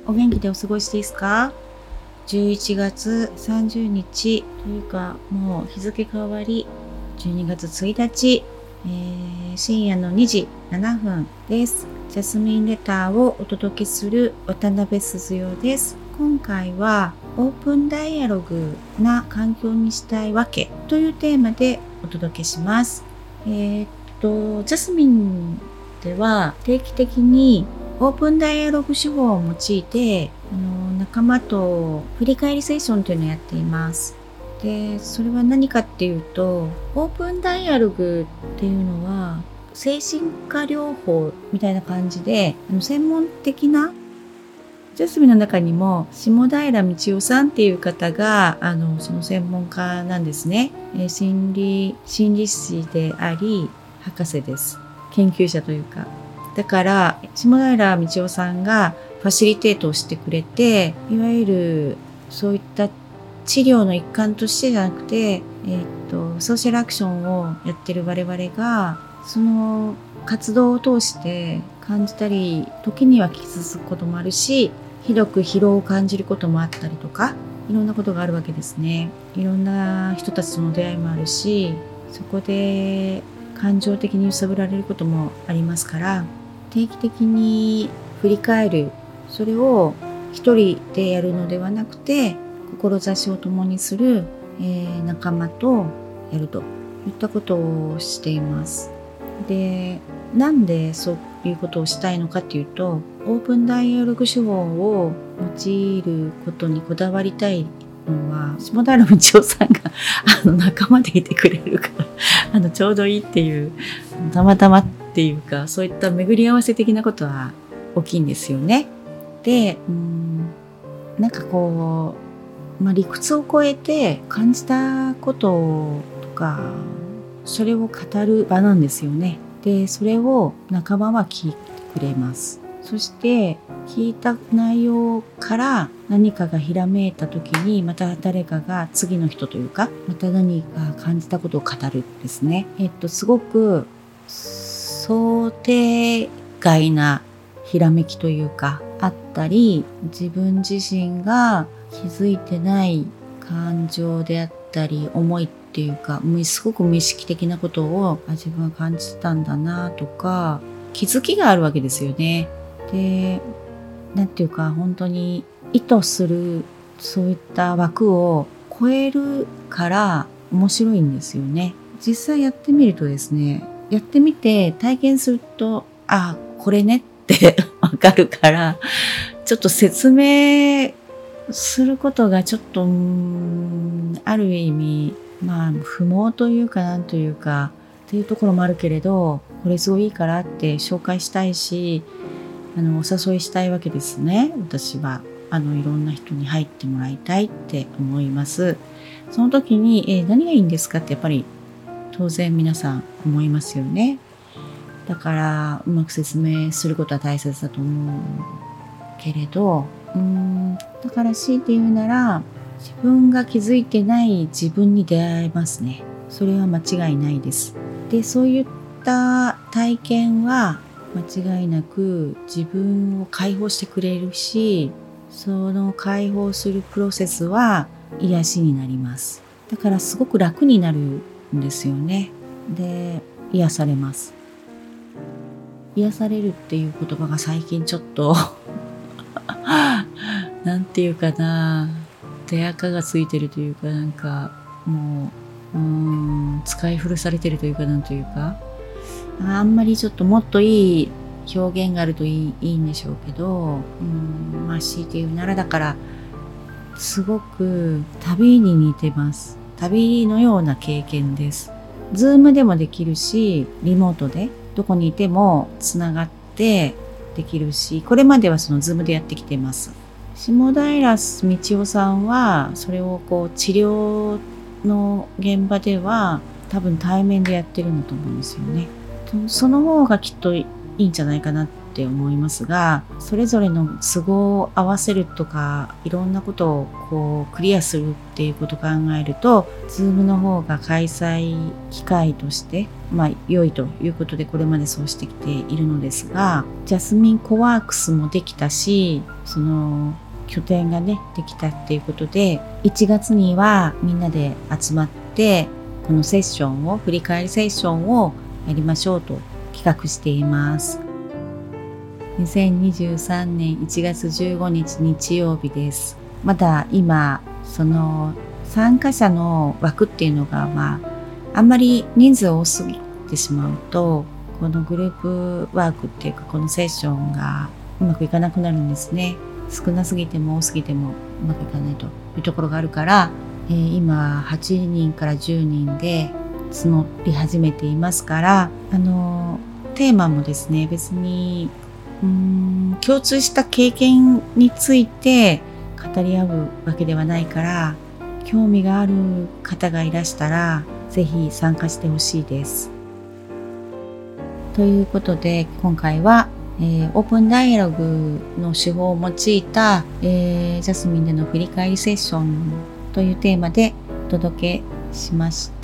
お元気でお過ごしですか？ 11 月30日というか、もう日付変わり12月1日、深夜の2時7分です。ジャスミンレターをお届けする渡辺鈴代です。今回はオープンダイアログな環境にしたいわけというテーマでお届けします。ジャスミンでは定期的にオープンダイアログ手法を用いて仲間と振り返りセッションというのをやっています。で、それは何かっていうと、オープンダイアログっていうのは精神科療法みたいな感じで専門的なジャスミンの中にも下平道夫さんっていう方がその専門家なんですね。心理師であり博士です。研究者というか。だから下平道夫さんがファシリテートをしてくれて、いわゆるそういった治療の一環としてじゃなくて、ソーシャルアクションをやってる我々がその活動を通して感じたり、時には傷つくこともあるし、ひどく疲労を感じることもあったりとか、いろんなことがあるわけですね。いろんな人たちとの出会いもあるし、そこで感情的に揺さぶられることもありますから、定期的に振り返る、それを一人でやるのではなくて、志を共にする、仲間とやるといったことをしています。で、なんでそういうことをしたいのかっていうと、オープンダイアログ手法を用いることにこだわりたいのは、下平道夫さんが仲間でいてくれるからちょうどいいっていう、たまたまっていうか、そういった巡り合わせ的なことは大きいんですよね。で、なんかこう、理屈を超えて感じたこととか、それを語る場なんですよね。で、それを仲間は聞いてくれます。そして聞いた内容から何かがひらめいた時に、また誰かが次の人というか、また何か感じたことを語るですね。すごく想定外なひらめきというかあったり、自分自身が気づいてない感情であったり思いっていうか、すごく無意識的なことを自分は感じてたんだなとか、気づきがあるわけですよね。で、なんていうか、本当に意図するそういった枠を超えるから面白いんですよね。実際やってみるとですね、やってみて体験すると、これねってわかるから、ちょっと説明することがちょっとある意味不毛というかなんというかっていうところもあるけれど、これすごいいいからって紹介したいし、お誘いしたいわけですね。私はいろんな人に入ってもらいたいって思います。その時に、何がいいんですかってやっぱり当然皆さん思いますよね。だからうまく説明することは大切だと思うけれど、だから強いて言うなら、自分が気づいてない自分に出会えますね。それは間違いないです。で、そういった体験は間違いなく自分を解放してくれるし、その解放するプロセスは癒しになります。だからすごく楽になるんですよね。で、癒されます。癒されるっていう言葉が最近ちょっとなんていうかな、手垢がついてるというか、なんかもう使い古されてるというか、なんというか、あんまりちょっともっといい表現があるといいんでしょうけど、強いて言うなら、だからすごく旅に似てます。旅のような経験です。ズームでもできるし、リモートでどこにいてもつながってできるし、これまではそのズームでやってきてます。下平道夫さんはそれを治療の現場では多分対面でやってるんだと思うんですよね。その方がきっといいんじゃないかなって思いますが、それぞれの都合を合わせるとか、いろんなことをクリアするっていうことを考えると、ズームの方が開催機会として良いということでこれまでそうしてきているのですが、ジャスミンコワークスもできたし、その拠点がねできたっていうことで、1月にはみんなで集まってこのセッションを振り返りセッションをやりましょうと企画しています。2023年1月15日日曜日です。まだ今その参加者の枠っていうのがあんまり人数多すぎてしまうと、このグループワークっていうかこのセッションがうまくいかなくなるんですね。少なすぎても多すぎてもうまくいかないというところがあるから、今8人から10人で募り始めていますから、テーマもですね、別に共通した経験について語り合うわけではないから、興味がある方がいらしたらぜひ参加してほしいです。ということで今回は、オープンダイアログの手法を用いた、ジャスミンでの振り返りセッションというテーマでお届けしました。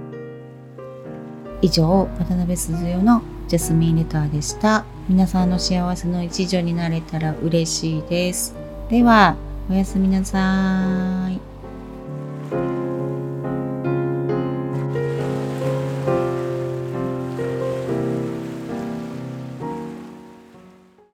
以上、渡辺鈴代のジャスミンレターでした。皆さんの幸せの一助になれたら嬉しいです。では、おやすみなさい。